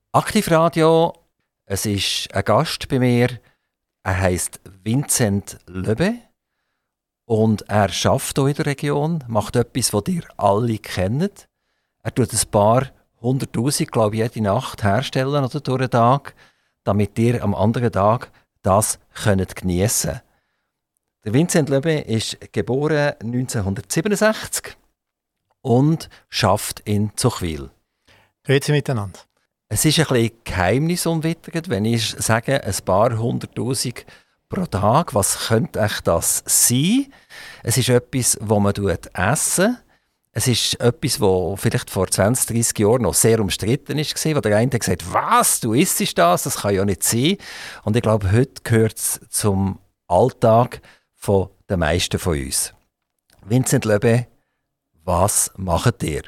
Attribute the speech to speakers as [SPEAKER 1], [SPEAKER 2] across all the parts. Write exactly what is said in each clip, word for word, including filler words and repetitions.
[SPEAKER 1] Aktivradio, es ist ein Gast bei mir, er heisst Vincent Löbe und er arbeitet hier in der Region, macht etwas, das ihr alle kennt. Er tut ein paar hunderttausend, glaube ich, jede Nacht herstellen oder durch den Tag, damit ihr am anderen Tag das könnt geniessen könnt. Der Vincent Löbe ist geboren neunzehnhundertsiebenundsechzig und arbeitet in Zuchwil.
[SPEAKER 2] Grüezi miteinander.
[SPEAKER 1] Es ist ein bisschen geheimnisumwittert, wenn ich sage, ein paar hunderttausend pro Tag. Was könnte echt das sein? Es ist etwas, das man essen. Es ist etwas, das vielleicht vor zwanzig, dreissig Jahren noch sehr umstritten war, wo der eine gesagt hat, was, du isst das? Das kann ja nicht sein. Und ich glaube, heute gehört es zum Alltag der meisten von uns. Vincent Löbe, was macht ihr?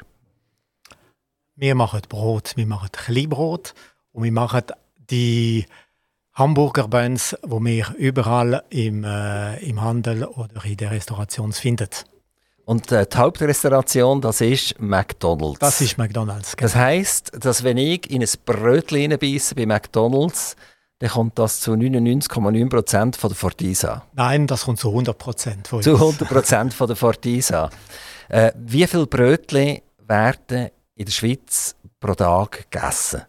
[SPEAKER 2] Wir machen Brot, wir machen Kleinbrot und wir machen die Hamburger Buns, die wir überall im, äh, im Handel oder in der Restauration finden.
[SPEAKER 1] Und äh, die Hauptrestauration, das ist McDonald's.
[SPEAKER 2] Das ist McDonald's, genau.
[SPEAKER 1] Das heisst, dass wenn ich in ein Brötchen reinbeisse bei McDonald's, dann kommt das zu neunundneunzig Komma neun Prozent von der Fortisa.
[SPEAKER 2] Nein, das kommt zu hundert Prozent von uns.
[SPEAKER 1] Zu hundert Prozent von der Fortisa. Äh, wie viele Brötchen werden in der Schweiz pro Tag gegessen?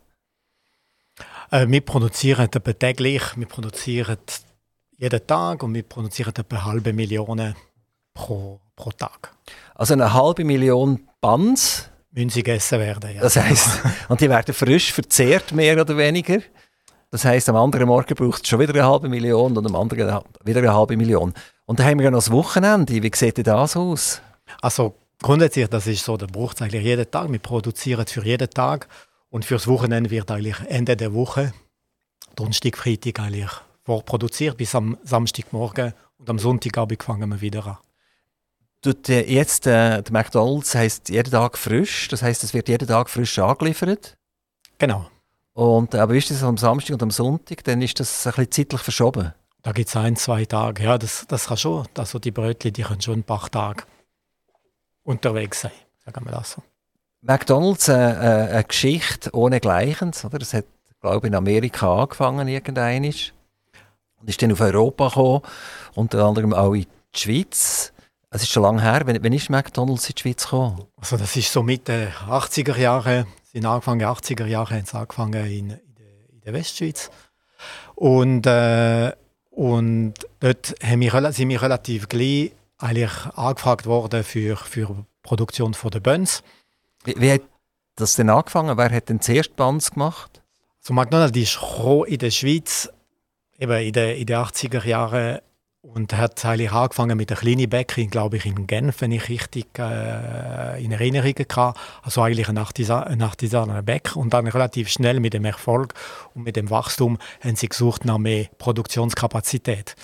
[SPEAKER 2] Äh, wir produzieren etwa täglich, wir produzieren jeden Tag und wir produzieren etwa eine halbe Million pro, pro Tag.
[SPEAKER 1] Also eine halbe Million Buns?
[SPEAKER 2] Müssen sie gegessen werden, ja.
[SPEAKER 1] Das heisst, und die werden frisch verzehrt, mehr oder weniger? Das heisst, am anderen Morgen braucht es schon wieder eine halbe Million und am anderen wieder eine halbe Million. Und dann haben wir ja noch das Wochenende. Wie sieht denn das aus?
[SPEAKER 2] Also grundsätzlich, das ist so, da braucht es eigentlich jeden Tag. Wir produzieren für jeden Tag und fürs Wochenende wird eigentlich Ende der Woche, Donnerstag, Freitag eigentlich vorproduziert bis am Samstagmorgen und am Sonntagabend fangen wir wieder an.
[SPEAKER 1] Tut äh, jetzt äh, der McDonald's heisst jeden Tag frisch, das heisst, es wird jeden Tag frisch angeliefert?
[SPEAKER 2] Genau.
[SPEAKER 1] Und, aber ist das am Samstag und am Sonntag, dann ist das ein bisschen zeitlich verschoben?
[SPEAKER 2] Da gibt es ein, zwei Tage, ja, das, das kann schon. Also die Brötchen, die können schon ein paar Tage unterwegs sein, sagen wir das so.
[SPEAKER 1] McDonald's, äh, äh, eine Geschichte ohne Gleichens, oder? Das hat, glaube ich, in Amerika angefangen, irgendwann. Und ist dann auf Europa gekommen, unter anderem auch in die Schweiz. Es ist schon lange her. Wann, wann ist McDonald's in die Schweiz gekommen?
[SPEAKER 2] Also das ist so Mitte achtziger Jahre, sind Anfang achtziger Jahre haben sie angefangen in, in, der, in der Westschweiz. Und, äh, und dort haben wir, sind wir relativ gleich eigentlich angefragt worden für, für die Produktion der Buns.
[SPEAKER 1] Wie, wie hat das denn angefangen? Wer hat denn zuerst Buns gemacht?
[SPEAKER 2] So McDonald's ist in der Schweiz eben in den in achtziger Jahren und hat eigentlich angefangen mit einer kleinen Bäckerei, glaube ich, in Genf, wenn ich richtig äh, in Erinnerung hatte. Also eigentlich ein artisaner Bäcker. Und dann relativ schnell mit dem Erfolg und mit dem Wachstum haben sie gesucht nach mehr Produktionskapazität.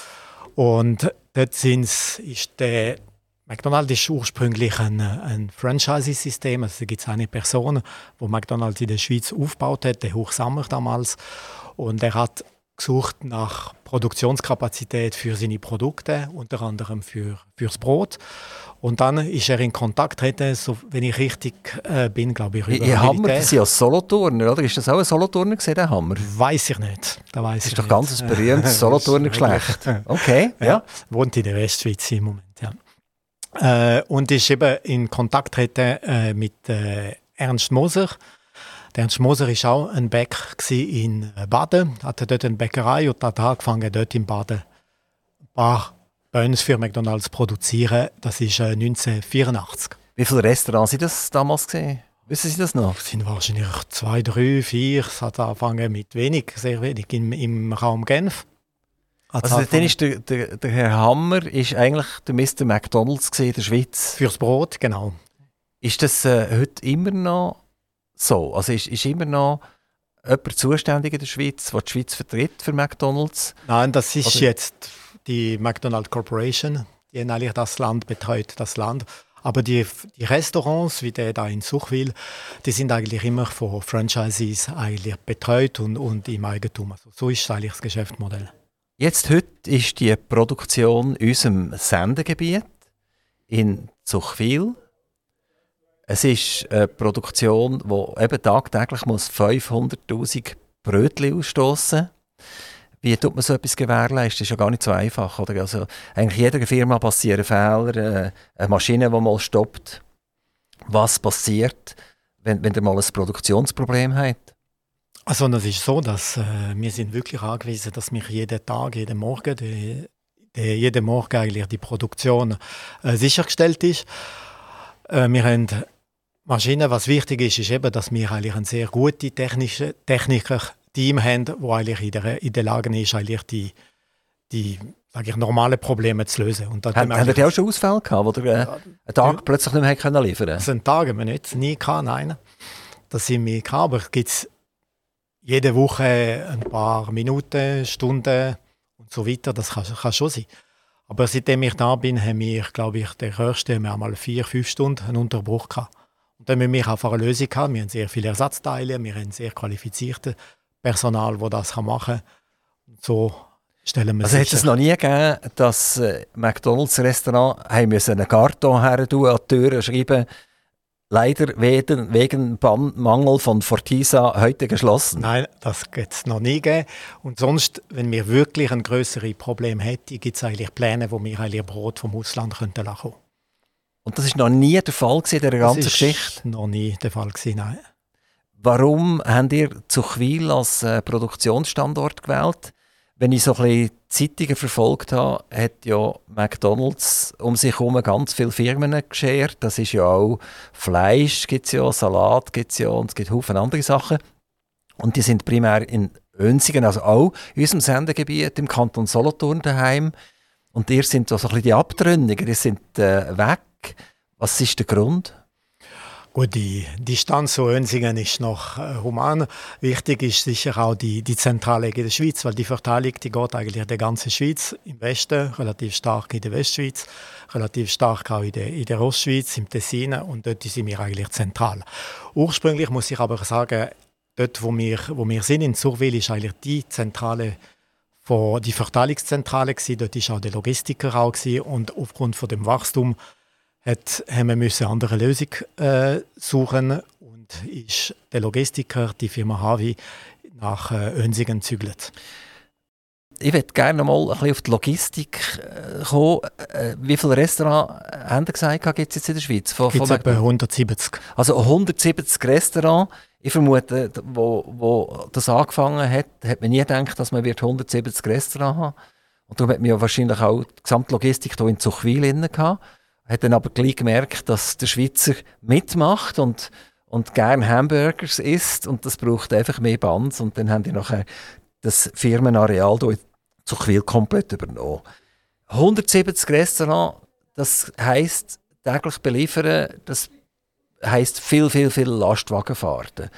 [SPEAKER 2] Und dort sind's, ist der McDonald's ist ursprünglich ein, ein Franchise-System. Also da gibt es eine Person, die McDonald's in der Schweiz aufgebaut hat, der Huch Sammer damals. Und er hat gesucht nach Produktionskapazität für seine Produkte, unter anderem für fürs Brot. Und dann ist er in Kontakt getreten, so, wenn ich richtig äh, bin, glaube ich, über
[SPEAKER 1] Ihr Hammer, das ist ja Solothurner, oder? Ist das auch ein Solothurner gewesen, der Hammer?
[SPEAKER 2] Weiß ich nicht. Da weiss
[SPEAKER 1] das ist
[SPEAKER 2] ich
[SPEAKER 1] doch
[SPEAKER 2] nicht.
[SPEAKER 1] ganz ein berühmtes Solothurner Geschlecht. Okay, ja.
[SPEAKER 2] ja. Wohnt in der Westschweiz im Moment, ja. Äh, und ist eben in Kontakt getreten äh, mit äh, Ernst Moser. Der Ernst Moser war auch ein Bäcker in Baden, hatte dort eine Bäckerei und hat angefangen, dort in Baden ein paar Buns für McDonald's zu produzieren. Das ist äh, neunzehnhundertvierundachtzig.
[SPEAKER 1] Wie viele Restaurants waren das damals gewesen? Wissen Sie das noch?
[SPEAKER 2] Es sind wahrscheinlich zwei, drei, vier. Es hat angefangen mit wenig, sehr wenig im, im Raum Genf.
[SPEAKER 1] Also dann ist der, der, der Herr Hammer ist eigentlich der Mister McDonald's in der Schweiz.
[SPEAKER 2] Fürs Brot, genau.
[SPEAKER 1] Ist das äh, heute immer noch so? Also ist, ist immer noch jemand zuständig in der Schweiz, der die Schweiz vertritt für McDonald's?
[SPEAKER 2] Nein, das ist
[SPEAKER 1] Oder?
[SPEAKER 2] jetzt die McDonald's Corporation, die eigentlich das Land betreut, das Land. Aber die, die Restaurants, wie der da in Zuchwil, die sind eigentlich immer von Franchises eigentlich betreut und, und im Eigentum. Also so ist eigentlich das Geschäftsmodell.
[SPEAKER 1] Jetzt heute ist die Produktion in unserem Sendegebiet in Zuchwil. Es ist eine Produktion, die eben tagtäglich muss fünfhunderttausend Brötchen ausstoßen muss. Wie tut man so etwas gewährleisten? Das ist ja gar nicht so einfach. Oder? Also, eigentlich jeder Firma passieren Fehler, äh, eine Maschine, die mal stoppt. Was passiert, wenn, wenn ihr mal ein Produktionsproblem habt?
[SPEAKER 2] Also das ist so, dass äh, wir sind wirklich angewiesen, dass wir jeden Tag, jeden Morgen, die, die, jeden Morgen eigentlich die Produktion äh, sichergestellt ist. Äh, wir haben Maschinen, was wichtig ist, ist eben, dass wir eigentlich ein sehr gutes technische Techniker Team haben, das eigentlich in der, in der Lage ist, eigentlich die, die sage ich, normalen Probleme zu lösen. Und
[SPEAKER 1] Haben Sie auch schon Ausfälle gehabt, wo ihr äh, einen Tag ja, plötzlich nicht mehr können liefern konnten?
[SPEAKER 2] Das sind Tage, wir nicht, nie gehabt, nein. Das sind wir gehabt, aber es gibt jede Woche ein paar Minuten, Stunden und so weiter, das kann, kann schon sein. Aber seitdem ich da bin, haben wir, glaube ich, der erste haben wir einmal vier, fünf Stunden einen Unterbruch gehabt. Und dann haben wir einfach eine Lösung gehabt. Wir haben sehr viele Ersatzteile, wir haben sehr qualifiziertes Personal, das das machen kann. Und so stellen wir
[SPEAKER 1] also hat es noch nie gegeben, dass äh, McDonalds Restaurant haben müssen einen Karton her tun, an die Tür schreiben, leider wegen, wegen Mangel von Fortisa heute geschlossen?
[SPEAKER 2] Nein, das hat es noch nie gegeben. Und sonst, wenn wir wirklich ein grösseres Problem hätten, gibt es eigentlich Pläne, wo wir eigentlich Brot vom Ausland könnten lassen.
[SPEAKER 1] Und das war noch nie der Fall in dieser ganzen Geschichte?
[SPEAKER 2] Das war noch nie der Fall, nein.
[SPEAKER 1] Warum habt ihr Zuchwil als äh, Produktionsstandort gewählt? Wenn ich so ein bisschen Zeitungen verfolgt habe, hat ja McDonalds um sich herum ganz viele Firmen geschert. Das ist ja auch Fleisch, gibt's ja, Salat gibt es ja und es gibt Haufen andere Sachen. Und die sind primär in Oensingen, also auch in unserem Sendegebiet im Kanton Solothurn daheim. Und ihr sind so ein bisschen die Abtrünniger, ihr sind äh, weg. Was ist der Grund?
[SPEAKER 2] Gut, die Distanz zu Oensingen ist noch äh, human. Wichtig ist sicher auch die, die Zentrale in der Schweiz, weil die Verteilung die geht eigentlich in der ganzen Schweiz. Im Westen, relativ stark in der Westschweiz, relativ stark auch in der, in der Ostschweiz, im Tessin, und dort sind wir eigentlich zentral. Ursprünglich muss ich aber sagen, dort wo wir, wo wir sind, in Zuchwil, ist eigentlich die Zentrale, von, die Verteilungszentrale gewesen. Dort war auch der Logistiker auch gewesen, und aufgrund von dem Wachstum Hat, haben wir müssen andere Lösung äh, suchen, und ist der Logistiker, die Firma Havi, nach äh, Oensingen gezügelt.
[SPEAKER 1] Ich würde gerne mal ein bisschen auf die Logistik äh, kommen. Äh, wie viele Restaurants haben Sie gesagt, gibt es jetzt in der Schweiz?
[SPEAKER 2] Es gibt etwa hundertsiebzig.
[SPEAKER 1] Also hundertsiebzig Restaurants. Ich vermute, wo, wo das angefangen hat, hat man nie gedacht, dass man hundertsiebzig Restaurants haben wird. Und darum hat man ja wahrscheinlich auch die Gesamtlogistik hier in Zuchwil drin gehabt. Hat dann aber gleich gemerkt, dass der Schweizer mitmacht und, und gerne Hamburgers isst, und das braucht einfach mehr Bands, und dann haben die nachher das Firmenareal hier in Zuchwil komplett übernommen. hundertsiebzig Restaurants, das heisst täglich beliefern, das heisst viel, viel, viel Lastwagenfahrten.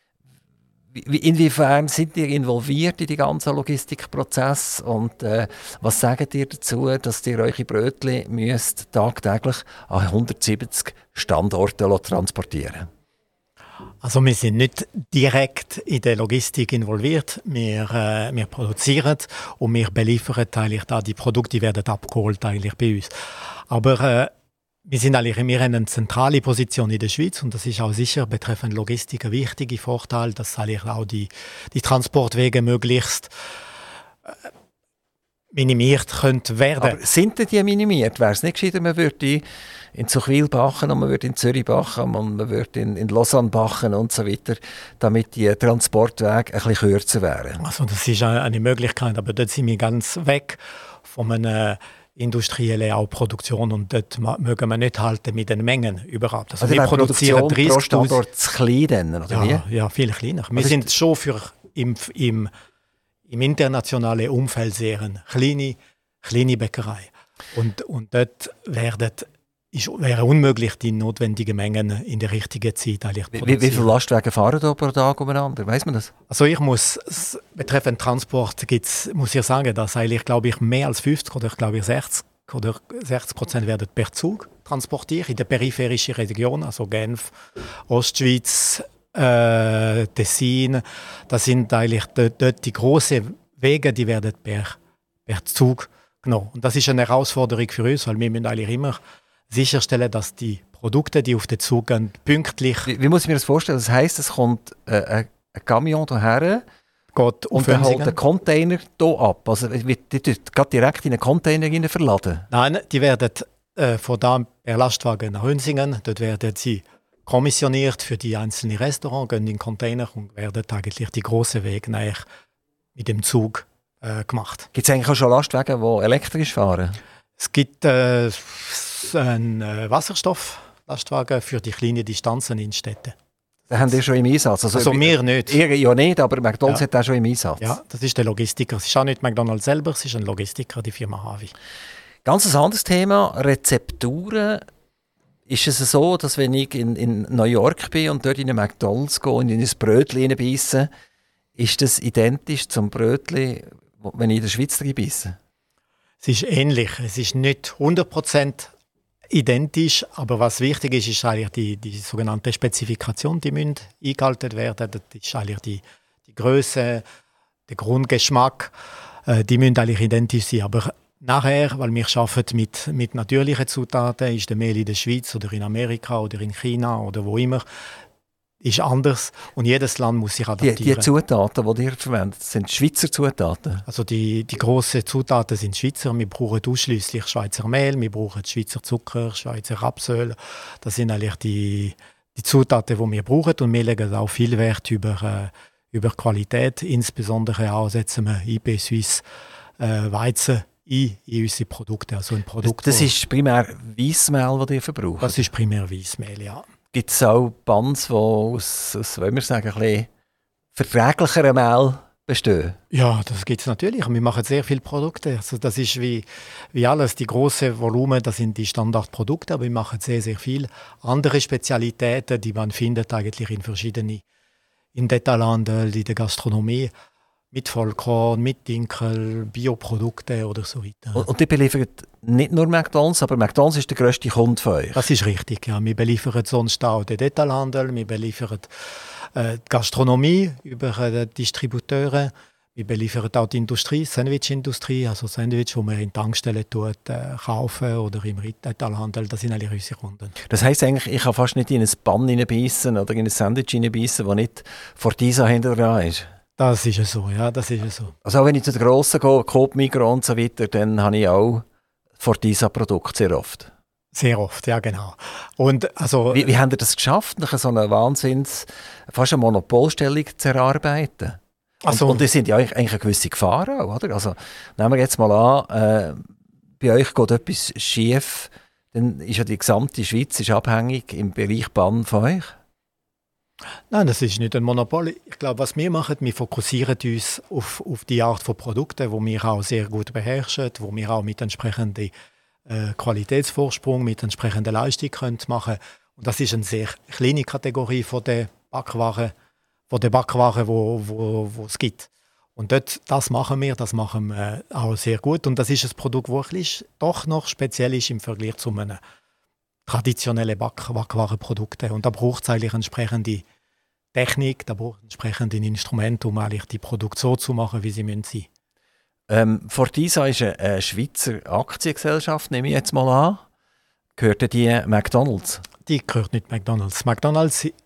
[SPEAKER 1] Inwiefern sind ihr involviert in die ganzen Logistikprozess, und äh, was sagt ihr dazu, dass ihr eure Brötchen müsst tagtäglich an hundertsiebzig Standorten transportieren?
[SPEAKER 2] Also wir sind nicht direkt in der Logistik involviert. Wir, äh, wir produzieren und wir beliefern eigentlich da die Produkte, die werden abgeholt eigentlich bei uns. Aber äh, Wir, sind eigentlich, wir haben eine zentrale Position in der Schweiz, und das ist auch sicher betreffend Logistik ein wichtiger Vorteil, dass eigentlich auch die, die Transportwege möglichst äh, minimiert können werden.
[SPEAKER 1] Aber sind die minimiert? Wäre es nicht gescheiter, man würde in Zuchwil bachen und man würde in Zürich bachen und man würde in, in Lausanne bachen und so weiter, damit die Transportwege ein bisschen kürzer wären?
[SPEAKER 2] Also das ist eine Möglichkeit, aber dort sind wir ganz weg von einem industrielle auch Produktion, und dort mögen wir nicht halten mit den Mengen überhaupt.
[SPEAKER 1] Also, also wir produzieren dreißig pro Standort zu klein, oder
[SPEAKER 2] ja,
[SPEAKER 1] wie?
[SPEAKER 2] Ja, viel kleiner. Wir
[SPEAKER 1] also
[SPEAKER 2] sind schon für im, im, im internationalen Umfeld sehr eine kleine, kleine Bäckerei. Und, und dort werden, ist, wäre unmöglich, die notwendigen Mengen in der richtigen Zeit eigentlich
[SPEAKER 1] produzieren. Wie, wie viele Lastwagen fahren da pro Tag umeinander? Weiss man das?
[SPEAKER 2] Also ich muss, betreffend Transport gibt's, muss ich sagen, dass eigentlich, glaube ich, mehr als fünfzig oder ich glaube sechzig oder sechzig Prozent werden per Zug transportiert in der peripherischen Region, also Genf, Ostschweiz, äh, Tessin. Das sind eigentlich dort, dort die großen Wege, die werden per, per Zug genommen. Und das ist eine Herausforderung für uns, weil wir müssen eigentlich immer sicherstellen, dass die Produkte, die auf den Zug gehen, pünktlich...
[SPEAKER 1] Wie, wie muss ich mir das vorstellen? Das heisst, es kommt äh, ein, ein Camion hierher und dann holt der Container hier ab. Also wird die dort direkt in einen Container rein verladen?
[SPEAKER 2] Nein, die werden äh, von da per Lastwagen nach Hünsingen. Dort werden sie kommissioniert für die einzelnen Restaurants, gehen in den Container und werden eigentlich die grossen Wege nachher mit dem Zug äh, gemacht.
[SPEAKER 1] Gibt es eigentlich auch schon Lastwagen, die elektrisch fahren?
[SPEAKER 2] Es gibt äh, einen äh, Wasserstoff-Lastwagen für die kleinen Distanzen in Städten.
[SPEAKER 1] Den haben die schon im Einsatz?
[SPEAKER 2] Also, also wir nicht.
[SPEAKER 1] Ihr ja nicht, aber McDonald's
[SPEAKER 2] ja.
[SPEAKER 1] hat den schon im Einsatz.
[SPEAKER 2] Ja, das ist der Logistiker. Es ist auch nicht McDonald's selber, es ist ein Logistiker, die Firma Havi.
[SPEAKER 1] Ganz ein anderes Thema, Rezepturen. Ist es so, dass wenn ich in, in New York bin und dort in einen McDonald's gehe und in ein Brötchen reinbeisse, ist das identisch zum Brötchen, wenn ich in der Schweiz reinbeisse?
[SPEAKER 2] Es ist ähnlich. Es ist nicht hundert Prozent identisch, aber was wichtig ist, ist eigentlich die, die sogenannte Spezifikation, die müssen eingehalten werden. Das ist eigentlich die, die Größe, der Grundgeschmack, äh, die müssen eigentlich identisch sein. Aber nachher, weil wir arbeiten mit, mit natürlichen Zutaten, ist der Mehl in der Schweiz oder in Amerika oder in China oder wo immer, ist anders und jedes Land muss sich adaptieren.
[SPEAKER 1] Die, die Zutaten, die ihr verwendet, sind Schweizer Zutaten?
[SPEAKER 2] Also die, die grossen Zutaten sind Schweizer. Wir brauchen ausschließlich Schweizer Mehl, wir brauchen Schweizer Zucker, Schweizer Rapsöl. Das sind eigentlich die, die Zutaten, die wir brauchen und wir legen auch viel Wert über, äh, über Qualität. Insbesondere auch setzen wir I P Suisse äh, Weizen ein in unsere Produkte. Also ein Produkt,
[SPEAKER 1] das, das ist primär Weissmehl, das ihr verbraucht?
[SPEAKER 2] Das ist primär Weissmehl, ja.
[SPEAKER 1] Gibt es auch Buns, die aus, aus wollen wir sagen, ein bisschen verträglicherem Mehl bestehen?
[SPEAKER 2] Ja, das gibt es natürlich. Wir machen sehr viele Produkte. Also das ist wie, wie alles. Die grossen Volumen, das sind die Standardprodukte, aber wir machen sehr, sehr viele andere Spezialitäten, die man findet eigentlich in verschiedenen, im Detailhandel, in der Gastronomie, mit Vollkorn, mit Dinkel, Bioprodukte oder so weiter.
[SPEAKER 1] Und, und die beliefert nicht nur McDonald's, aber McDonald's ist der grösste Kunde von euch?
[SPEAKER 2] Das ist richtig, ja. Wir beliefern sonst auch den Detailhandel, wir beliefern äh, die Gastronomie über äh, Distributeure, wir beliefern auch die Industrie, Sandwich-Industrie, also Sandwich, die man in Tankstellen tut, äh, kaufen oder im Detailhandel, das sind alle unsere Kunden.
[SPEAKER 1] Das heisst eigentlich, ich kann fast nicht in ein Bun hineinbeissen oder in ein Sandwich hineinbeissen, das nicht Fortisa hinter dran ist?
[SPEAKER 2] Das ist so, ja, das ist so.
[SPEAKER 1] Also auch wenn ich zu den Grossen gehe, Coop, Migros und so weiter, dann habe ich auch Fortisa-Produkte sehr oft.
[SPEAKER 2] Sehr oft, ja genau. Und also,
[SPEAKER 1] wie, wie habt ihr das geschafft, nach so einer Wahnsinns, fast eine Monopolstellung zu erarbeiten?
[SPEAKER 2] Also,
[SPEAKER 1] und, und das sind ja eigentlich, eigentlich eine gewisse Gefahr auch, oder? Also nehmen wir jetzt mal an, äh, bei euch geht etwas schief, dann ist ja die gesamte Schweiz ist abhängig im Bereich Bann von euch.
[SPEAKER 2] Nein, das ist nicht ein Monopol. Ich glaube, was wir machen, wir fokussieren uns auf, auf die Art von Produkten, die wir auch sehr gut beherrschen, wo wir auch mit entsprechendem äh, Qualitätsvorsprung, mit entsprechender Leistung können machen. Und das ist eine sehr kleine Kategorie von der Backwaren, von der Backwaren, wo, wo, wo es gibt. Und dort, das machen wir, das machen wir auch sehr gut. Und das ist ein Produkt, das ein bisschen doch noch speziell ist im Vergleich zu einem traditionelle Back- Backwarenprodukte. Und da braucht es eigentlich entsprechende Technik, da braucht es entsprechende Instrumente, um eigentlich die Produkte so zu machen, wie sie sein müssen.
[SPEAKER 1] Ähm, Fortisa ist eine, eine Schweizer Aktiengesellschaft, nehme ich jetzt mal an. Gehört die McDonald's? Die
[SPEAKER 2] gehört nicht McDonald's. McDonald's äh,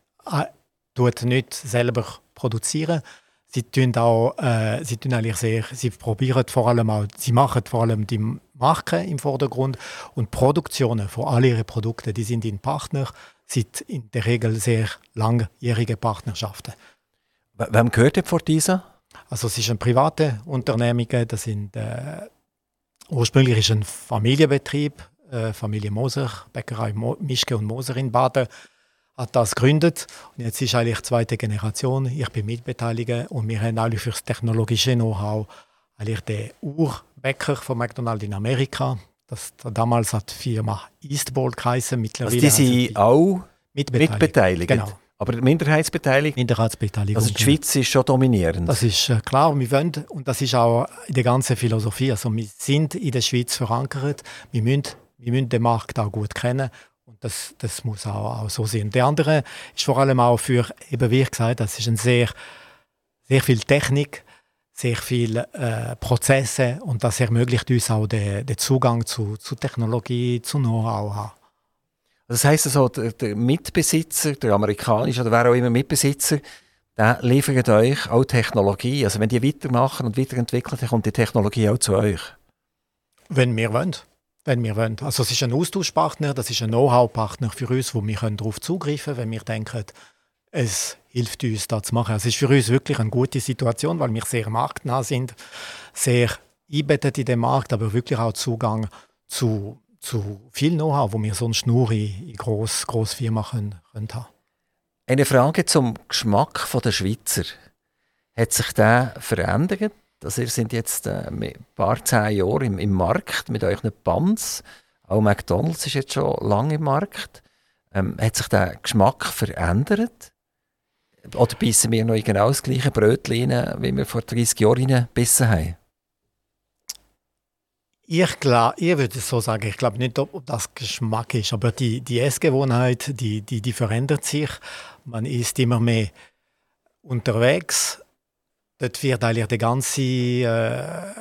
[SPEAKER 2] tut nicht selber produzieren. Sie tun auch, äh, sie tun eigentlich sehr, sie probieren vor allem auch, sie machen vor allem die Marke im Vordergrund und Produktionen von all ihren Produkten, die sind in Partner, sind in der Regel sehr langjährige Partnerschaften.
[SPEAKER 1] W- Wem gehört die Fortisa?
[SPEAKER 2] Also es ist eine private Unternehmung, das sind, äh, ursprünglich ist ein Familienbetrieb, äh, Familie Moser, Bäckerei Mo- Mischke und Moser in Baden, hat das gegründet und jetzt ist eigentlich die zweite Generation. Ich bin mitbeteiligt und wir haben eigentlich für das technologische Know-how eigentlich den Urbäcker von McDonald's in Amerika. Das, damals hat die Firma Eastbowl geheißen.
[SPEAKER 1] Also die sind auch mitbeteiligt? mitbeteiligt.
[SPEAKER 2] Genau.
[SPEAKER 1] Aber Minderheitsbeteiligung?
[SPEAKER 2] Minderheitsbeteiligung.
[SPEAKER 1] Also die Schweiz ist schon dominierend?
[SPEAKER 2] Das ist äh, klar, wir wollen, und das ist auch in der ganzen Philosophie. Also wir sind in der Schweiz verankert, wir müssen, wir müssen den Markt auch gut kennen. Das, das muss auch, auch so sein. Der andere ist vor allem auch für, eben wie gesagt, das ist ein sehr, sehr viel Technik, sehr viele äh, Prozesse und das ermöglicht uns auch den, den Zugang zu, zu Technologie, zu Know-how.
[SPEAKER 1] Das heisst also, der, der Mitbesitzer, der amerikanische oder wer auch immer Mitbesitzer, der liefert euch auch Technologie. Also wenn die weitermachen und weiterentwickeln, dann kommt die Technologie auch zu euch.
[SPEAKER 2] Wenn wir wollen. Wenn wir wollen. Also es ist ein Austauschpartner, das ist ein Know-how-Partner für uns, wo wir darauf zugreifen können, wenn wir denken, es hilft uns, das zu machen. Es ist für uns wirklich eine gute Situation, weil wir sehr marktnah sind, sehr eingebettet in den Markt, aber wirklich auch Zugang zu, zu viel Know-how, wo wir sonst nur in, in gross, gross Firmen können, können haben.
[SPEAKER 1] Eine Frage zum Geschmack der Schweizer. Hat sich der verändert? Also ihr seid jetzt äh, ein paar zehn Jahre im, im Markt mit euren Buns. Auch McDonald's ist jetzt schon lange im Markt. Ähm, hat sich der Geschmack verändert? Oder bissen wir noch in genau das gleiche Brötchen rein, wie wir vor dreißig Jahren gebissen haben?
[SPEAKER 2] Ich, glaub, ich würde es so sagen, ich glaube nicht, ob das Geschmack ist, aber die, die Essgewohnheit, die, die, die verändert sich. Man ist immer mehr unterwegs. Dort wird eigentlich die ganze, äh,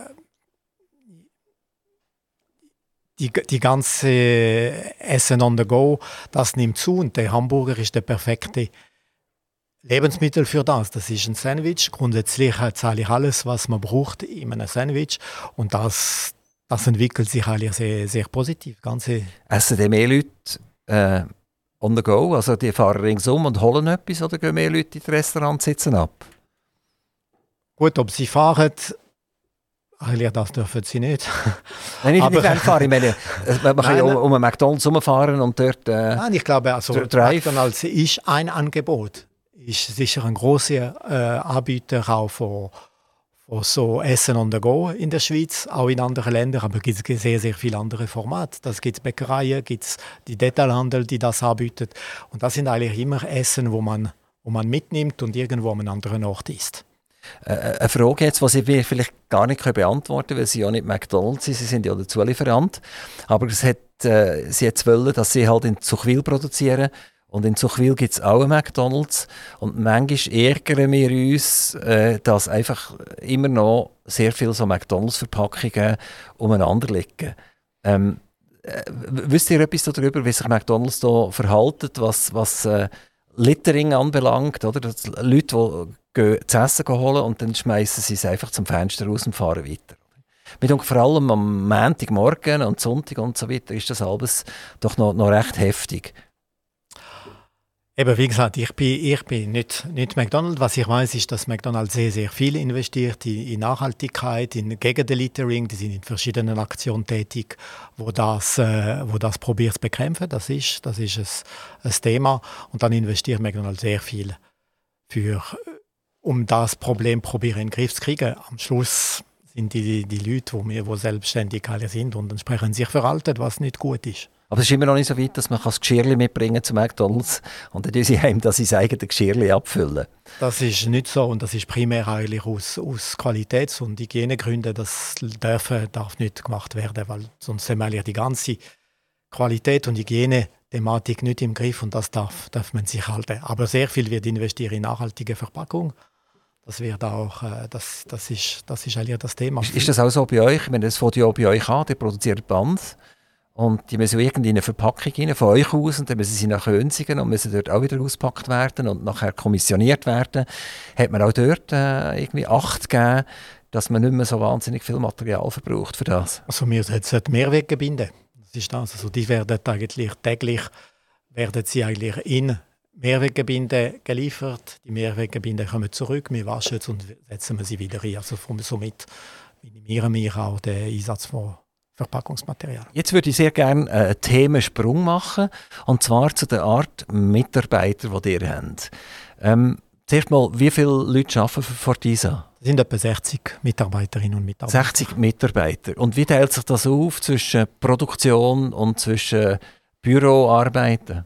[SPEAKER 2] die, die ganze Essen on the go, das nimmt zu und der Hamburger ist der perfekte Lebensmittel für das. Das ist ein Sandwich. Grundsätzlich hat es eigentlich alles, was man braucht in einem Sandwich und das Das entwickelt sich eigentlich sehr, sehr positiv. Ganze
[SPEAKER 1] Essen die mehr Leute äh, on the go? Also die fahren ringsum und holen etwas oder gehen mehr Leute in das Restaurant sitzen ab?
[SPEAKER 2] Gut, ob sie fahren, eigentlich das dürfen sie nicht.
[SPEAKER 1] Nein, nicht,
[SPEAKER 2] Aber,
[SPEAKER 1] nicht fahren. Ich meine, man kann ja um, um einen McDonald's rumfahren und dort äh,
[SPEAKER 2] Nein, ich glaube, also
[SPEAKER 1] Drive.
[SPEAKER 2] McDonald's ist ein Angebot. Ist sicher ein großer äh, Anbieter auch von so Essen on the go in der Schweiz, auch in anderen Ländern, aber es gibt sehr, sehr viele andere Formate. Das gibt es Bäckereien, gibt es die Detailhandel, die das anbieten. Und das sind eigentlich immer Essen, wo man, wo man mitnimmt und irgendwo an einem anderen Ort isst.
[SPEAKER 1] Äh, eine Frage jetzt, die Sie vielleicht gar nicht beantworten können, weil Sie ja nicht McDonald's sind, Sie sind ja der Zulieferant. Aber es hat, äh, Sie jetzt wollen, dass Sie halt in Zuchwil produzieren. Und in Zuchwil gibt es auch einen McDonald's. Und manchmal ärgern wir uns, äh, dass einfach immer noch sehr viele so McDonald's-Verpackungen umeinander liegen. Ähm, äh, wisst ihr etwas darüber, wie sich McDonald's da verhalten, was, was äh, Littering anbelangt? Oder? Dass Leute, die gehen, zu essen holen und dann schmeißen sie es einfach zum Fenster raus und fahren weiter. Mit vor allem am Montagmorgen und Sonntag und so weiter ist das alles doch noch, noch recht heftig.
[SPEAKER 2] Eben, wie gesagt, ich bin, ich bin nicht, nicht McDonald's. Was ich weiß, ist, dass McDonald's sehr, sehr viel investiert in, in Nachhaltigkeit, in, gegen den Littering. Die sind in verschiedenen Aktionen tätig, wo das, äh, wo das probiert zu bekämpfen. Das ist, das ist ein, ein Thema. Und dann investiert McDonald's sehr viel, für, um das Problem probieren in den Griff zu kriegen. Am Schluss sind die, die Leute, die wir, die selbstständig alle sind und entsprechend sich verhalten, was nicht gut ist.
[SPEAKER 1] Aber es ist immer noch nicht so weit, dass man das Geschirrchen mitbringen zu McDonald's und dann sie heim, dass sie das eigene Geschirrchen abfüllen.
[SPEAKER 2] Das ist nicht so und das ist primär eigentlich aus, aus Qualitäts- und Hygienegründen. Das darf, darf nicht gemacht werden, weil sonst haben wir ja die ganze Qualität- und Hygiene-Thematik nicht im Griff und das darf, darf man sich halten. Aber sehr viel wird investiert in nachhaltige Verpackung. Das wird auch, das, das, ist, das ist eigentlich das Thema.
[SPEAKER 1] Ist, ist das auch so bei euch? Ich meine, das fängt ja bei euch an, ihr produziert Bands. Und die müssen irgendwie in eine Verpackung rein, von euch aus, und dann müssen sie nach Hönsigen und müssen dort auch wieder ausgepackt werden und nachher kommissioniert werden. Hat man auch dort äh, irgendwie Acht gegeben, dass man nicht mehr so wahnsinnig viel Material verbraucht für das?
[SPEAKER 2] Also wir sollten Mehrweggebinden. Das ist das. Also die werden eigentlich täglich werden sie eigentlich in Mehrweggebinden geliefert. Die Mehrweggebinden kommen zurück, wir waschen sie und setzen wir sie wieder ein. Also somit minimieren wir auch den Einsatz von Verpackungsmaterial.
[SPEAKER 1] Jetzt würde ich sehr gerne einen Themensprung machen, und zwar zu der Art Mitarbeiter, die ihr habt. Ähm, zuerst mal, wie viele Leute arbeiten für Fortisa?
[SPEAKER 2] Es sind etwa sechzig Mitarbeiterinnen und Mitarbeiter.
[SPEAKER 1] sechzig Mitarbeiter. Und wie teilt sich das auf zwischen Produktion und zwischen Büroarbeiten?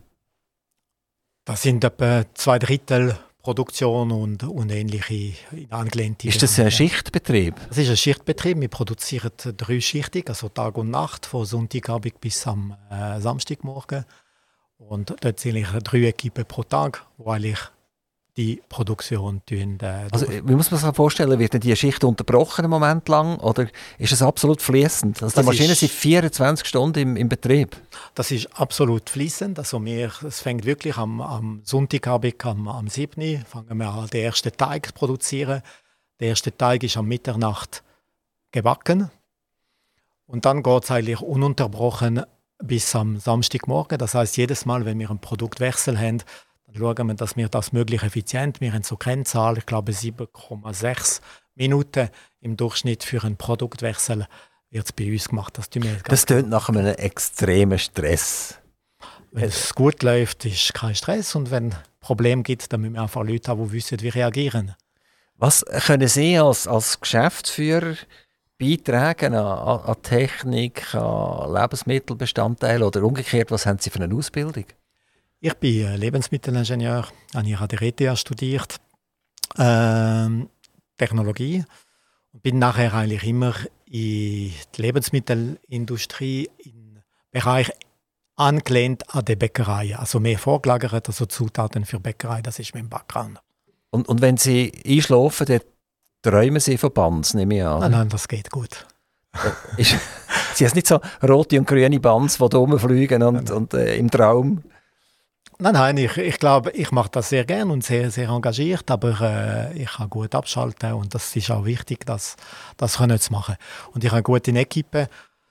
[SPEAKER 2] Das sind etwa zwei Drittel Produktion und, und ähnliche angelehnte.
[SPEAKER 1] Ist das ein Schichtbetrieb?
[SPEAKER 2] Das ist ein Schichtbetrieb. Wir produzieren dreischichtig, also Tag und Nacht, von Sonntagabend bis am äh, Samstagmorgen. Und dort sind eigentlich drei Equipen pro Tag, die eigentlich die Produktion tun. Äh,
[SPEAKER 1] also, wie muss man sich vorstellen, wird die Schicht unterbrochen einen Moment lang oder ist es absolut fließend? Also die Maschinen ist, sind vierundzwanzig Stunden im, im Betrieb?
[SPEAKER 2] Das ist absolut fließend. Also wir, es fängt wirklich am, am Sonntagabend, am, am siebten Uhr, fangen wir an, den ersten Teig zu produzieren. Der erste Teig ist am Mitternacht gebacken. Und dann geht es eigentlich ununterbrochen bis am Samstagmorgen. Das heißt, jedes Mal, wenn wir einen Produktwechsel haben, dann schauen wir, dass wir das möglichst effizient, wir haben so Kennzahl, ich glaube sieben Komma sechs Minuten im Durchschnitt für einen Produktwechsel wird es bei uns gemacht. Das,
[SPEAKER 1] das tönt nach einem extremen Stress.
[SPEAKER 2] Wenn es gut läuft, ist kein Stress und wenn es Probleme gibt, dann müssen wir einfach Leute haben, die wissen, wie reagieren.
[SPEAKER 1] Was können Sie als, als Geschäftsführer beitragen an, an Technik, an Lebensmittelbestandteile oder umgekehrt, was haben Sie für eine Ausbildung?
[SPEAKER 2] Ich bin Lebensmittelingenieur, habe ich an der E T H studiert, ähm, Technologie und bin nachher eigentlich immer in die Lebensmittelindustrie im Bereich angelehnt an die Bäckerei, also mehr vorgelagert, also Zutaten für Bäckerei, das ist mein Background.
[SPEAKER 1] Und, und wenn Sie einschlafen, dann träumen Sie von Buns, nehme ich an?
[SPEAKER 2] Nein, nein, das geht gut.
[SPEAKER 1] Ist, Sie haben nicht so rote und grüne Buns, die da rumfliegen und, und äh, im Traum?
[SPEAKER 2] Nein, nein, ich, ich glaube, ich mache das sehr gerne und sehr, sehr engagiert, aber äh, ich kann gut abschalten und das ist auch wichtig, das, das können zu machen. Und ich habe eine gute Equipe,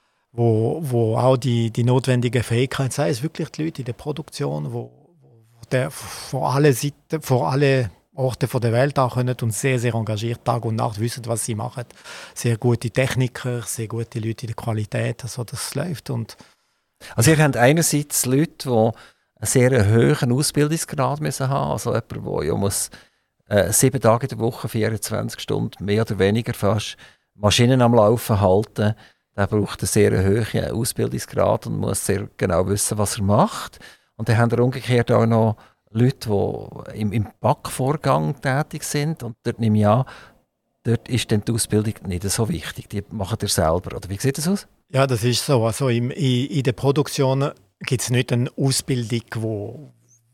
[SPEAKER 2] wo, wo auch die, die notwendigen Fähigkeiten, sei es wirklich die Leute in der Produktion, wo, wo der, vor alle Seiten, vor alle Orte von der Welt auch können und sehr, sehr engagiert Tag und Nacht wissen, was sie machen. Sehr gute Techniker, sehr gute Leute in der Qualität, also das läuft. Und
[SPEAKER 1] also ihr habt einerseits Leute, die einen sehr hohen Ausbildungsgrad müssen haben, also jemand, der ja muss, äh, sieben Tage in der Woche, vierundzwanzig Stunden, mehr oder weniger fast, Maschinen am Laufen halten, der braucht einen sehr hohen Ausbildungsgrad und muss sehr genau wissen, was er macht. Und dann haben wir umgekehrt auch noch Leute, die im, im Backvorgang tätig sind und dort nehme ich an, dort ist dann die Ausbildung nicht so wichtig. Die machen ihr selber, oder wie sieht das aus?
[SPEAKER 2] Ja, das ist so. Also im, in, in der Produktion gibt es nicht eine Ausbildung, die wo,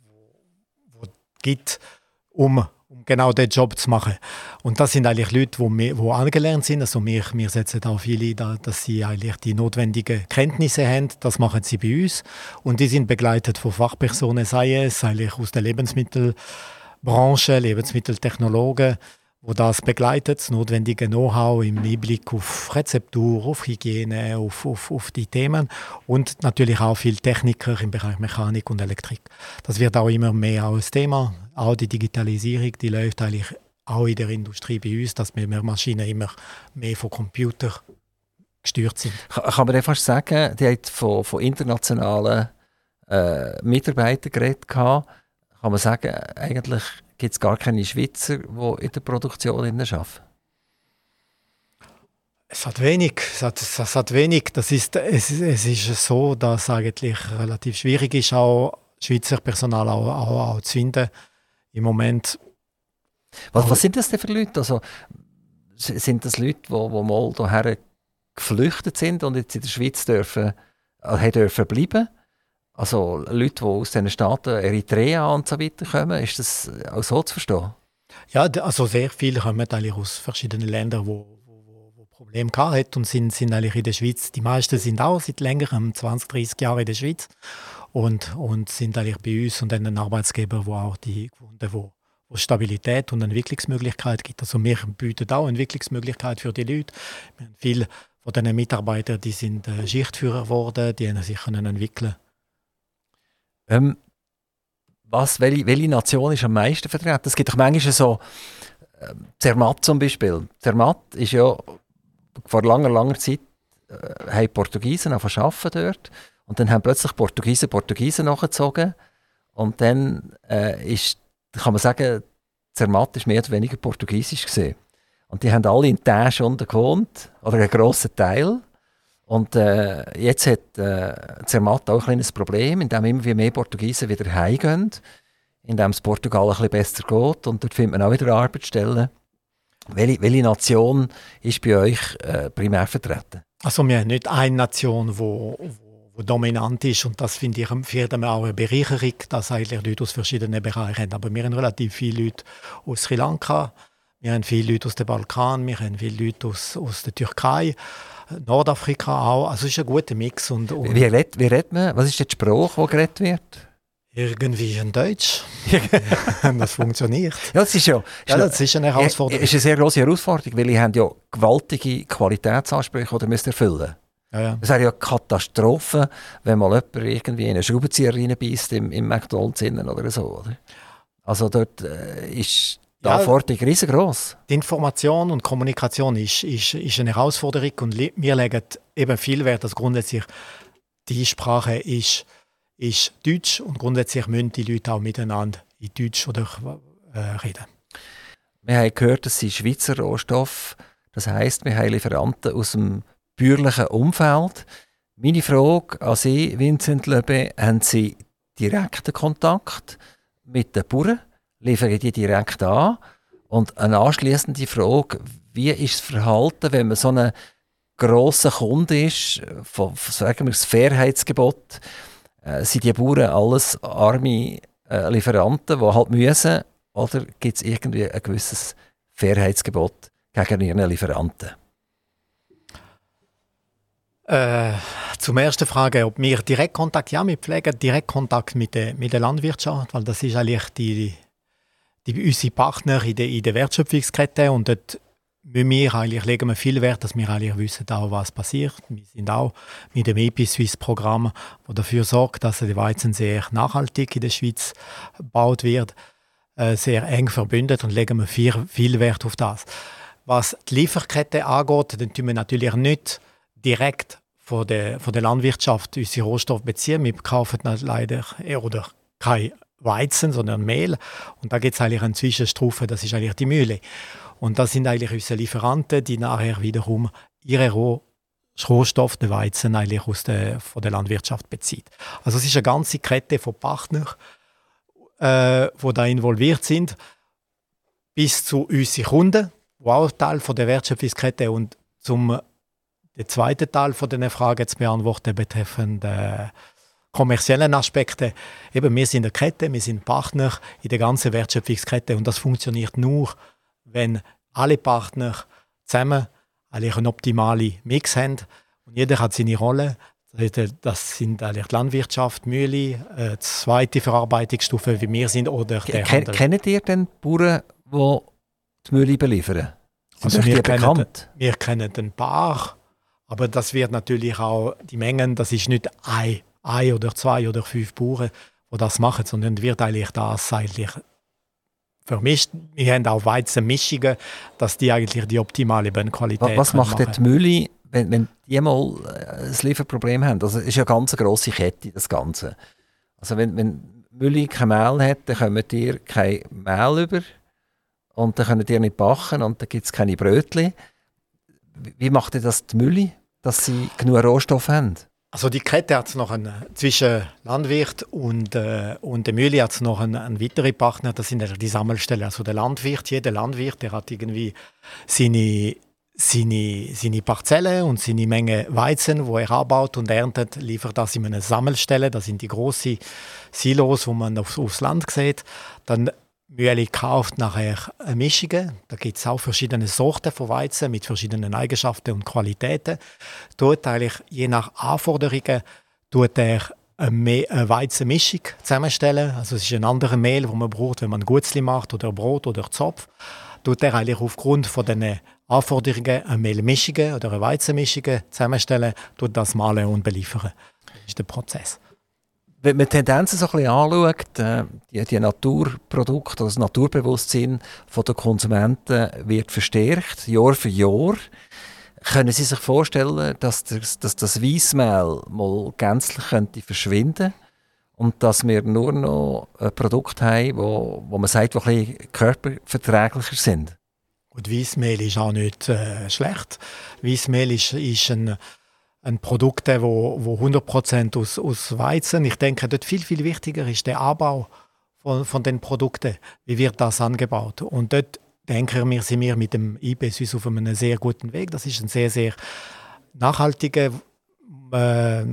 [SPEAKER 2] wo, wo gibt, um, um genau diesen Job zu machen. Und das sind eigentlich Leute, die, die angelernt sind. Also wir, wir setzen auch viele da, dass sie eigentlich die notwendigen Kenntnisse haben. Das machen sie bei uns. Und die sind begleitet von Fachpersonen, sei es eigentlich aus der Lebensmittelbranche, Lebensmitteltechnologen, wo das begleitet, das notwendige Know-how im Hinblick auf Rezeptur, auf Hygiene, auf, auf, auf die Themen und natürlich auch viele Techniker im Bereich Mechanik und Elektrik. Das wird auch immer mehr als Thema. Auch die Digitalisierung, die läuft eigentlich auch in der Industrie bei uns, dass wir Maschinen immer mehr von Computern gesteuert sind.
[SPEAKER 1] Kann man fast sagen, die hat von, von internationalen äh, Mitarbeitern geredet. Kann man sagen, eigentlich gibt es gar keine Schweizer, die in der Produktion arbeiten?
[SPEAKER 2] Es hat wenig. Es hat, es hat wenig. Das ist, es, es ist so, dass es eigentlich relativ schwierig ist, auch Schweizer Personal auch, auch, auch zu finden. Im Moment.
[SPEAKER 1] Was, was sind das denn für Leute? Also, sind das Leute, die, die mal hierher geflüchtet sind und jetzt in der Schweiz dürfen, äh, dürfen bleiben? Also Leute, die aus diesen Staaten, Eritrea und so weiter kommen, ist das auch so zu verstehen?
[SPEAKER 2] Ja, also sehr viele kommen eigentlich aus verschiedenen Ländern, wo, wo, wo Probleme hatten und sind, sind eigentlich in der Schweiz. Die meisten sind auch seit längerem, zwanzig, dreissig Jahren in der Schweiz und, und sind eigentlich bei uns und einen Arbeitsgeber, wo auch die gefunden, wo, wo Stabilität und Entwicklungsmöglichkeit gibt. Also wir bieten auch Entwicklungsmöglichkeit für die Leute. Wir haben viele von diesen Mitarbeitern, die sind äh, Schichtführer geworden, die haben sich können entwickeln.
[SPEAKER 1] Ähm, was, welche, welche Nation ist am meisten vertreten? Es gibt doch manchmal so äh, Zermatt zum Beispiel. Zermatt ist ja vor langer, langer Zeit äh, haben Portugiesen angefangen zu arbeiten dort und dann haben plötzlich Portugiesen Portugiesen nachgezogen und dann äh, ist, kann man sagen, Zermatt ist mehr oder weniger portugiesisch gewesen. Und die haben alle in Täsch unten gewohnt, oder einen grossen Teil. Und äh, jetzt hat äh, Zermatt auch ein kleines Problem, indem immer mehr Portugiesen wieder heimgehen, indem es Portugal ein bisschen besser geht und dort findet man auch wieder Arbeitsstellen. Welche, welche Nation ist bei euch äh, primär vertreten?
[SPEAKER 2] Also wir haben nicht eine Nation, die wo, wo, wo dominant ist. Und das finde ich für mich auch eine Bereicherung, dass eigentlich Leute aus verschiedenen Bereichen haben. Aber wir haben relativ viele Leute aus Sri Lanka, wir haben viele Leute aus dem Balkan, wir haben viele Leute aus, aus der Türkei, Nordafrika auch. Also es ist ein guter Mix. Und, und
[SPEAKER 1] wie, redet, wie redet man? Was ist die Sprache, die geredet wird?
[SPEAKER 2] Irgendwie in Deutsch. Das funktioniert.
[SPEAKER 1] Ja, das ist ja,
[SPEAKER 2] ja das ist eine Herausforderung.
[SPEAKER 1] Es ist eine sehr grosse Herausforderung, weil ihr habt ja gewaltige Qualitätsansprüche, die ihr müsst erfüllen.
[SPEAKER 2] Ja, ja.
[SPEAKER 1] Es wäre ja eine Katastrophe, wenn mal jemand irgendwie in einen Schraubenzieher reinbeißt im, im McDonalds innen oder so. Oder? Also dort äh, ist die
[SPEAKER 2] ja,
[SPEAKER 1] Anforderung riesengroß.
[SPEAKER 2] Die Information und Kommunikation ist, ist, ist eine Herausforderung und wir legen eben viel Wert, dass grundsätzlich die Sprache ist, ist Deutsch und grundsätzlich müssen die Leute auch miteinander in Deutsch oder, äh, reden.
[SPEAKER 1] Wir haben gehört, das sind Schweizer Rohstoffe. Das heisst, wir haben Lieferanten aus dem bäuerlichen Umfeld. Meine Frage an Sie, Vincent Lebe, haben Sie direkten Kontakt mit den Bauern? Liefern die direkt an? Und eine anschliessende Frage, wie ist das Verhalten, wenn man so ein grosser Kunde ist, von, sagen wir das Fairheitsgebot, äh, sind die Bauern alles arme äh, Lieferanten, die halt müssen, oder gibt es irgendwie ein gewisses Fairheitsgebot gegen ihren Lieferanten?
[SPEAKER 2] Äh, zum ersten Frage, ob wir Direktkontakt, ja, wir pflegen Direktkontakt mit der, mit der Landwirtschaft, weil das ist eigentlich die, die, unsere Partner in der, in der Wertschöpfungskette und dort müssen wir eigentlich, legen wir viel Wert, dass wir eigentlich wissen, auch, was passiert. Wir sind auch mit dem E P I Suisse-Programm, das dafür sorgt, dass der Weizen sehr nachhaltig in der Schweiz gebaut wird, äh, sehr eng verbündet und legen wir viel, viel Wert auf das. Was die Lieferkette angeht, dann tun wir natürlich nicht direkt von der, von der Landwirtschaft unsere Rohstoffe beziehen. Wir kaufen leider oder kein Weizen, sondern Mehl. Und da gibt es eigentlich eine Zwischenstufe, das ist eigentlich die Mühle. Und das sind eigentlich unsere Lieferanten, die nachher wiederum ihre Roh Rohstoffe, den Weizen, eigentlich aus der, von der Landwirtschaft bezieht. Also es ist eine ganze Kette von Partnern, äh, die da involviert sind, bis zu unseren Kunden, die auch Teil von der Wertschöpfungskette und zum den zweiten Teil von den Fragen zu beantworten betreffend äh, kommerziellen Aspekte. Eben, wir sind eine Kette, wir sind Partner in der ganzen Wertschöpfungskette und das funktioniert nur, wenn alle Partner zusammen eigentlich einen optimalen Mix haben und jeder hat seine Rolle. Das sind eigentlich die Landwirtschaft, die Mühle, äh, die zweite Verarbeitungsstufe, wie wir sind, oder der
[SPEAKER 1] Ken,
[SPEAKER 2] Handel.
[SPEAKER 1] Kennt ihr denn Bauern, die die Mühle beliefern? Sind
[SPEAKER 2] Also
[SPEAKER 1] die
[SPEAKER 2] wir
[SPEAKER 1] bekannt?
[SPEAKER 2] kennen, wir kennen ein paar. Aber das wird natürlich auch, die Mengen, das ist nicht ein, ein oder zwei oder fünf Bauern, die das machen, sondern wird eigentlich das eigentlich vermischt. Wir haben auch Weizenmischungen, dass die eigentlich die optimale Bodenqualität
[SPEAKER 1] Was macht
[SPEAKER 2] machen.
[SPEAKER 1] denn die Mühle, wenn, wenn die mal ein Lieferproblem haben? Also es ist ja eine ganz grosse Kette, das Ganze. Also wenn, wenn die Mühle kein Mehl hat, dann kommt ihr kein Mehl über und dann könnt ihr nicht backen und dann gibt es keine Brötchen. Wie macht ihr das die Mühle, dass sie genug Rohstoff haben?
[SPEAKER 2] Also die Kette hat es noch einen, zwischen Landwirt und, äh, und der Mühle hat es noch einen, einen weiteren Partner, das sind die Sammelstellen. Also der Landwirt, jeder Landwirt, der hat irgendwie seine, seine, seine Parzelle und seine Menge Weizen, wo er anbaut und erntet, liefert das in eine Sammelstelle. Das sind die grossen Silos, wo man auf, aufs Land sieht. Dann Mühle kauft nachher Mischungen. Da gibt es auch verschiedene Sorten von Weizen mit verschiedenen Eigenschaften und Qualitäten. Dort eigentlich je nach Anforderungen tut er eine Weizenmischung zusammenstellen. Also es ist ein anderes Mehl, das man braucht, wenn man Gutzli macht oder Brot oder Zopf. Tut er eigentlich aufgrund von den Anforderungen eine Mehlmischung oder eine Weizenmischung zusammenstellen, tut das mahlen und beliefern. Das ist der Prozess.
[SPEAKER 1] Wenn man die Tendenzen so ein bisschen anschaut, äh, die, die Naturprodukte, das Naturbewusstsein der Konsumenten wird verstärkt, Jahr für Jahr. Können Sie sich vorstellen, dass das, dass das Weissmehl mal gänzlich könnte verschwinden und dass wir nur noch ein Produkt haben, wo, wo man sagt, die ein bisschen körperverträglicher sind?
[SPEAKER 2] Und Weissmehl ist auch nicht äh, schlecht. Weissmehl ist, ist ein ein Produkt, das wo, wo hundert Prozent aus, aus Weizen. Ich denke, dort viel, viel wichtiger ist der Anbau von, von den Produkten. Wie wird das angebaut? Und dort, denke ich, sind wir mit dem I B Suisse auf einem sehr guten Weg. Das ist ein sehr, sehr nachhaltiger äh,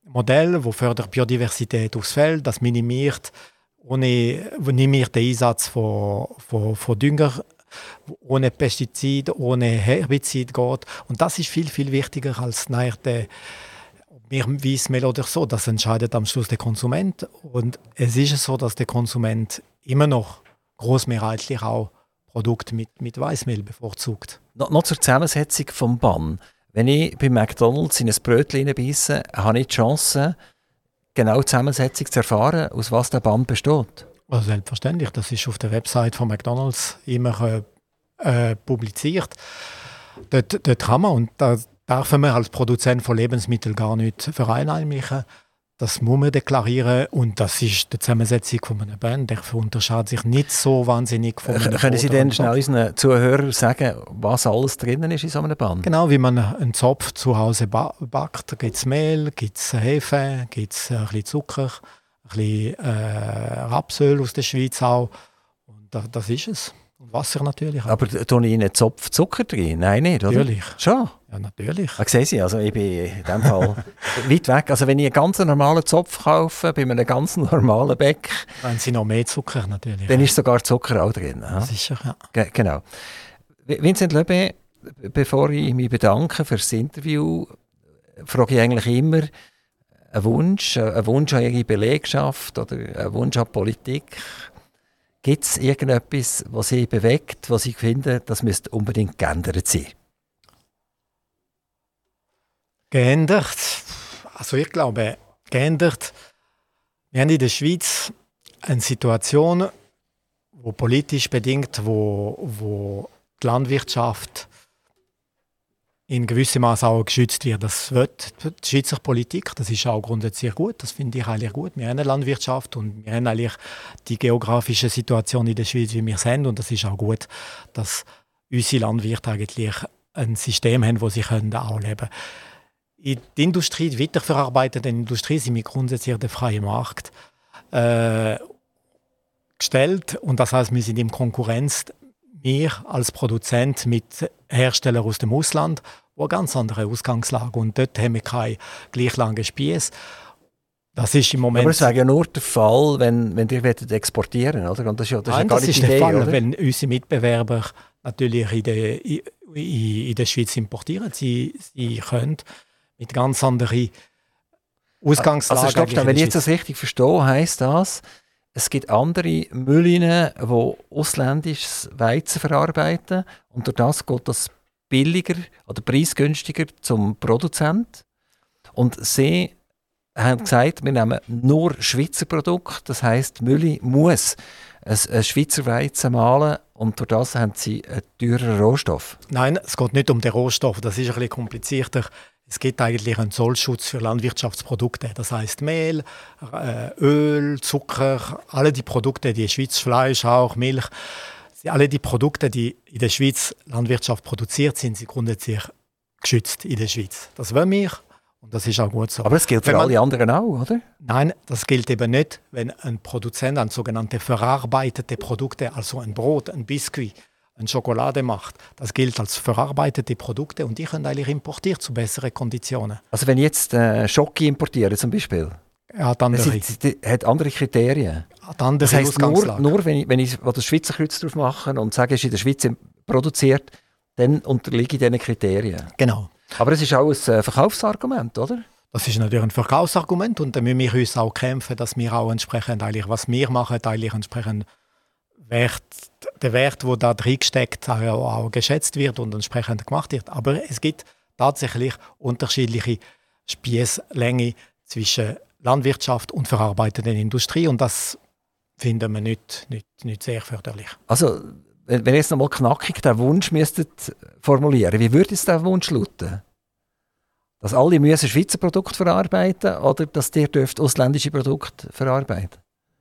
[SPEAKER 2] Modell, das fördert Biodiversität aufs Feld, das minimiert, ohne, minimiert den Einsatz von, von, von Dünger, ohne Pestizid, ohne Herbizid geht. Und das ist viel, viel wichtiger als nachher der mehr Weissmehl oder so. Das entscheidet am Schluss der Konsument. Und es ist so, dass der Konsument immer noch grossmehrheitlich auch Produkte mit, mit Weissmehl bevorzugt.
[SPEAKER 1] No, noch zur Zusammensetzung des Bann. Wenn ich bei McDonald's in ein Brötchen reinbeisse, habe ich die Chance, genau die Zusammensetzung zu erfahren, aus was der Bann besteht.
[SPEAKER 2] Also selbstverständlich, das ist auf der Website von McDonald's immer äh, publiziert. Dort, dort kann man, und da darf man als Produzent von Lebensmitteln gar nicht vereinheimlichen. Das muss man deklarieren und das ist die Zusammensetzung von einem Bann. Der unterscheidet sich nicht so wahnsinnig von einem.
[SPEAKER 1] Können Sie denn schnell unseren Zuhörern sagen, was alles drinnen ist in so einem Bann?
[SPEAKER 2] Genau, wie man einen Zopf zu Hause ba- backt. Da gibt es Mehl, gibt es Hefe, gibt es ein bisschen Zucker, ein bisschen äh, Rapsöl aus der Schweiz auch. Und das, das ist es. Und Wasser natürlich auch.
[SPEAKER 1] Aber tun ich einen Zopf Zucker drin? Nein, nicht, oder?
[SPEAKER 2] Natürlich.
[SPEAKER 1] Schon?
[SPEAKER 2] Ja, natürlich.
[SPEAKER 1] Ah, sehen Sie, also ich bin in diesem Fall weit weg. Also wenn ich einen ganz normalen Zopf kaufe, bei einem ganz normalen Bäck,
[SPEAKER 2] Wenn Sie noch mehr Zucker natürlich.
[SPEAKER 1] dann ist sogar Zucker auch drin. Ja?
[SPEAKER 2] Sicher, ja.
[SPEAKER 1] Ge- genau. Vincent Lebé, bevor ich mich bedanke für das Interview, frage ich eigentlich immer einen Wunsch, einen Wunsch an Ihre Belegschaft oder einen Wunsch an die Politik. Gibt es irgendetwas, was Sie bewegt, was Sie finden, das müsste unbedingt geändert sein?
[SPEAKER 2] Geändert? Also ich glaube, geändert. Wir haben in der Schweiz eine Situation, wo politisch bedingt, wo, wo die Landwirtschaft in gewissem Maße auch geschützt wird. Das wird die Schweizer Politik, das ist auch grundsätzlich gut, das finde ich eigentlich gut. Wir haben eine Landwirtschaft und wir haben eigentlich die geografische Situation in der Schweiz, wie wir es haben, und das ist auch gut, dass unsere Landwirte eigentlich ein System haben, wo sie können auch leben können. In der Industrie, die weiterverarbeitende Industrie, sind wir grundsätzlich der freie Markt äh, gestellt, und das heißt, wir sind in Konkurrenz, wir als Produzent mit Herstellern aus dem Ausland, wo eine ganz andere Ausgangslage, und dort haben wir keine gleich langen Spiess. Das ist im Moment.
[SPEAKER 1] Aber es wäre ja nur der Fall, wenn, wenn ihr exportieren wollt, oder? Und das ist ja, das
[SPEAKER 2] Nein,
[SPEAKER 1] ist ja gar
[SPEAKER 2] das
[SPEAKER 1] nicht
[SPEAKER 2] ist
[SPEAKER 1] die
[SPEAKER 2] der
[SPEAKER 1] Idee,
[SPEAKER 2] Fall,
[SPEAKER 1] oder?
[SPEAKER 2] wenn unsere Mitbewerber natürlich in der, in, in der Schweiz importieren. Sie, sie können mit ganz anderen Ausgangslagen.
[SPEAKER 1] Also stopp, schnell, wenn ich jetzt das richtig verstehe, heisst das, es gibt andere Mühlen, die ausländisches Weizen verarbeiten, und durch das geht das billiger oder preisgünstiger zum Produzent. Und sie haben gesagt, wir nehmen nur Schweizer Produkte, das heisst, die Mühle muss ein, ein Schweizer Weizen mahlen, und durch das haben sie einen teureren Rohstoff.
[SPEAKER 2] Nein, es geht nicht um den Rohstoff, das ist ein bisschen komplizierter. Es gibt eigentlich einen Zollschutz für Landwirtschaftsprodukte. Das heißt Mehl, äh, Öl, Zucker, alle die Produkte, die in der Schweiz, Fleisch, auch Milch, alle die Produkte, die in der Schweiz Landwirtschaft produziert, sind sie grundsätzlich geschützt in der Schweiz. Das wollen wir, und das ist auch gut so.
[SPEAKER 1] Aber es gilt für
[SPEAKER 2] man,
[SPEAKER 1] alle anderen auch, oder?
[SPEAKER 2] Nein, das gilt eben nicht, wenn ein Produzent an sogenannte verarbeitete Produkte, also ein Brot, ein Biskuit, eine Schokolade macht. Das gilt als verarbeitete Produkte, und die können eigentlich importiert zu besseren Konditionen.
[SPEAKER 1] Also wenn ich jetzt äh, Schoki importiere zum Beispiel,
[SPEAKER 2] er hat andere,
[SPEAKER 1] das ist, hat andere Kriterien.
[SPEAKER 2] Hat andere
[SPEAKER 1] Das heisst, nur,
[SPEAKER 2] Ausgangslage.
[SPEAKER 1] nur wenn ich, wenn ich das Schweizer Kreuz drauf mache und sage, es ist in der Schweiz produziert, dann unterliege ich diesen Kriterien.
[SPEAKER 2] Genau.
[SPEAKER 1] Aber es ist auch ein äh, Verkaufsargument, oder?
[SPEAKER 2] Das ist natürlich ein Verkaufsargument, und dann müssen wir uns auch kämpfen, dass wir auch entsprechend, eigentlich, was wir machen, eigentlich entsprechend Wert, der Wert, der da drin steckt, auch, auch geschätzt wird und entsprechend gemacht wird. Aber es gibt tatsächlich unterschiedliche Spiesslänge zwischen Landwirtschaft und verarbeitender Industrie, und das finden wir nicht, nicht, nicht sehr förderlich.
[SPEAKER 1] Also, wenn ihr jetzt noch mal knackig den Wunsch müsstet formulieren, wie würde jetzt der Wunsch lauten? Dass alle müssen Schweizer Produkte verarbeiten, oder dass ihr dürft ausländische Produkte verarbeiten?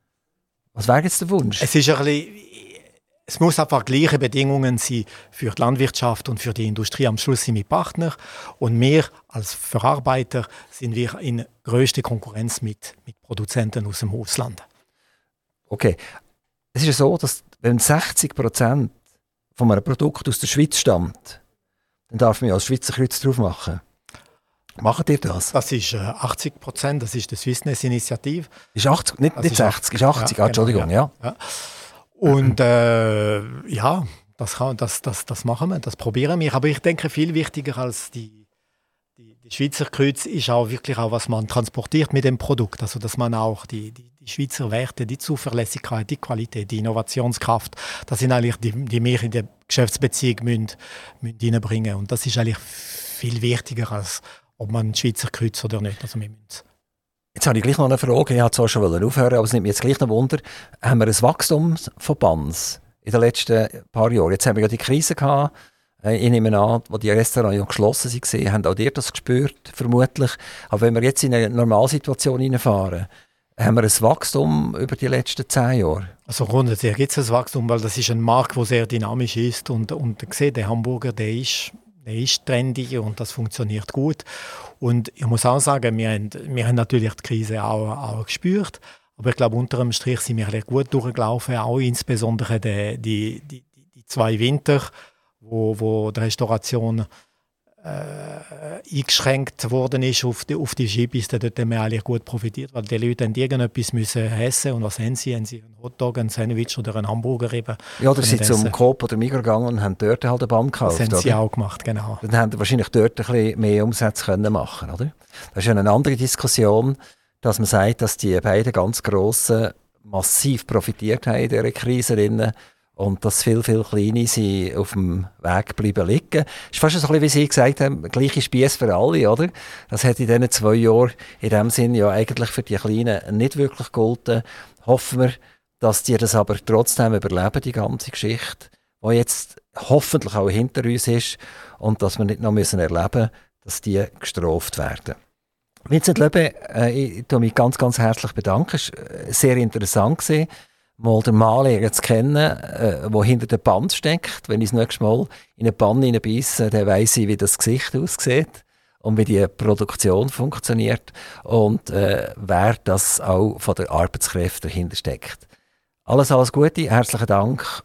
[SPEAKER 1] Was wäre jetzt der Wunsch?
[SPEAKER 2] Es ist ein bisschen, es muss einfach gleiche Bedingungen sein für die Landwirtschaft und für die Industrie. Am Schluss sind wir Partner, und wir als Verarbeiter sind wir in grösster Konkurrenz mit, mit Produzenten aus dem Ausland.
[SPEAKER 1] Okay. Es ist ja so, dass wenn sechzig Prozent von einem Produkt aus der Schweiz stammt, dann darf man ja als Schweizer Kreuz drauf machen. Macht ihr das?
[SPEAKER 2] Das ist äh, achtzig Prozent, das ist die Swissness-Initiative.
[SPEAKER 1] Ist achtzig, nicht, nicht sechzig, ist achtzig, ja, Entschuldigung, genau, ja.
[SPEAKER 2] ja. Und äh, ja, das, kann, das, das, das machen wir, das probieren wir. Aber ich denke, viel wichtiger als die, die, die Schweizer Kreuz ist auch wirklich auch, was man transportiert mit dem Produkt. Also, dass man auch die, die, die Schweizer Werte, die Zuverlässigkeit, die Qualität, die Innovationskraft, das sind eigentlich die, die wir in der Geschäftsbeziehung müssen, müssen reinbringen. Und das ist eigentlich viel wichtiger, als ob man ein Schweizer Kreuz oder nicht. Also wir müssen
[SPEAKER 1] Jetzt habe ich gleich noch eine Frage. Ich wollte zwar schon aufhören, aber es nimmt mich jetzt gleich noch Wunder. Haben wir ein Wachstum von B A N S in den letzten paar Jahren? Jetzt haben wir ja die Krise gehabt. Ich nehme an, wo die Restaurants ja geschlossen waren, haben auch ihr das gespürt, vermutlich. Aber wenn wir jetzt in eine Normalsituation hineinfahren, haben wir ein Wachstum über die letzten zehn Jahre?
[SPEAKER 2] Also grundsätzlich gibt es ein Wachstum, weil das ist ein Markt, der sehr dynamisch ist. Und, und seht, der Hamburger, der ist... Der ist trendy und das funktioniert gut. Und ich muss auch sagen, wir haben, wir haben natürlich die Krise auch, auch gespürt. Aber ich glaube, unter dem Strich sind wir gut durchgelaufen. Auch insbesondere die, die, die, die zwei Winter, wo, wo die Restauration äh, eingeschränkt worden ist auf die, auf die Skipiste. Dort haben wir eigentlich gut profitiert, weil die Leute haben irgendetwas müssen essen. Und was haben sie? Haben sie einen Hotdog, einen Sandwich oder einen Hamburger eben?
[SPEAKER 1] Ja, oder sind zum Coop oder Migros gegangen und haben dort halt eine Band gekauft.
[SPEAKER 2] Das haben sie
[SPEAKER 1] oder?
[SPEAKER 2] auch gemacht, genau.
[SPEAKER 1] Dann haben sie wahrscheinlich dort ein bisschen mehr Umsätze können machen, oder? Das ist ja eine andere Diskussion, dass man sagt, dass die beiden ganz Grossen massiv profitiert haben in dieser Krise drin. Und dass viel, viel Kleine sind auf dem Weg bleiben liegen. Es ist fast so ein bisschen, wie Sie gesagt haben, gleiche Spiess für alle, oder? Das hat in diesen zwei Jahren in dem Sinn ja eigentlich für die Kleinen nicht wirklich gegolten. Hoffen wir, dass die das aber trotzdem überleben, die ganze Geschichte, die jetzt hoffentlich auch hinter uns ist und dass wir nicht noch müssen erleben müssen, dass die gestraft werden. Vincent Löbe, äh, ich bedanke mich ganz, ganz herzlich bedanken. Es war sehr interessant gewesen, mal den Mann lernen zu kennen, der äh, hinter der Band steckt. Wenn ich das nächste Mal in eine Panne hineinbeisse, dann weiss ich, wie das Gesicht aussieht und wie die Produktion funktioniert und äh, wer das auch von der Arbeitskräfte dahinter steckt. Alles, alles Gute, herzlichen Dank